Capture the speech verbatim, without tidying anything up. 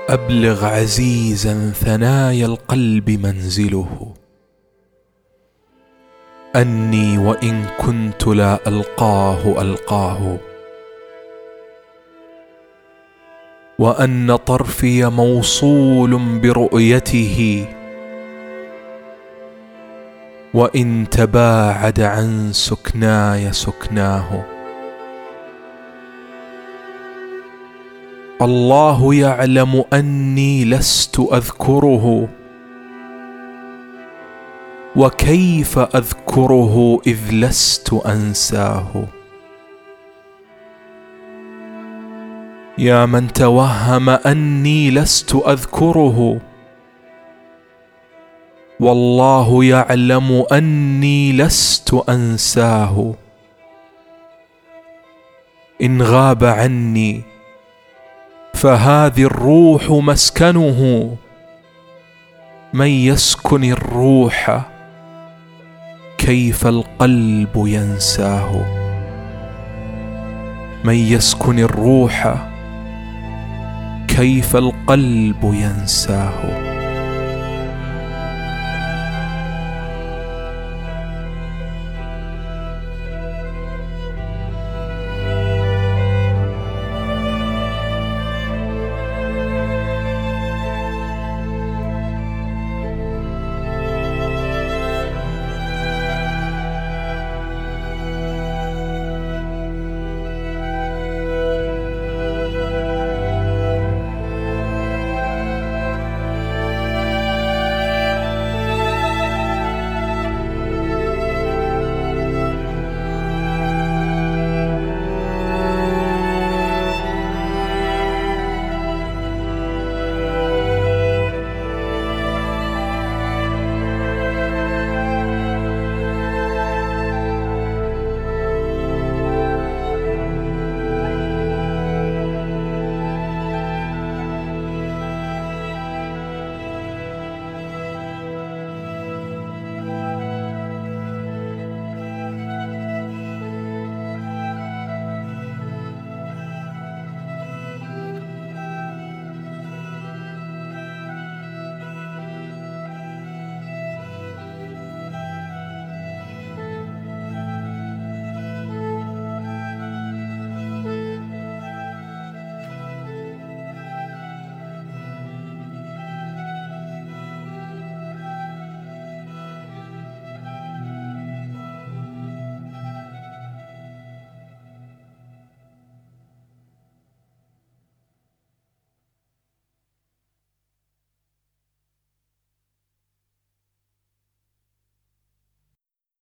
أبلغ عزيزا ثنايا القلب منزله، أني وإن كنت لا ألقاه ألقاه، وأن طرفي موصول برؤيته، وإن تباعد عن سكناي سكناه. الله يعلم أني لست أذكره، وكيف أذكره إذ لست أنساه. يا من توهم أني لست أذكره، والله يعلم أني لست أنساه. إن غاب عني فهذه الروح مسكنه، من يسكن الروح كيف القلب ينساه. من يسكن الروح كيف القلب ينساه.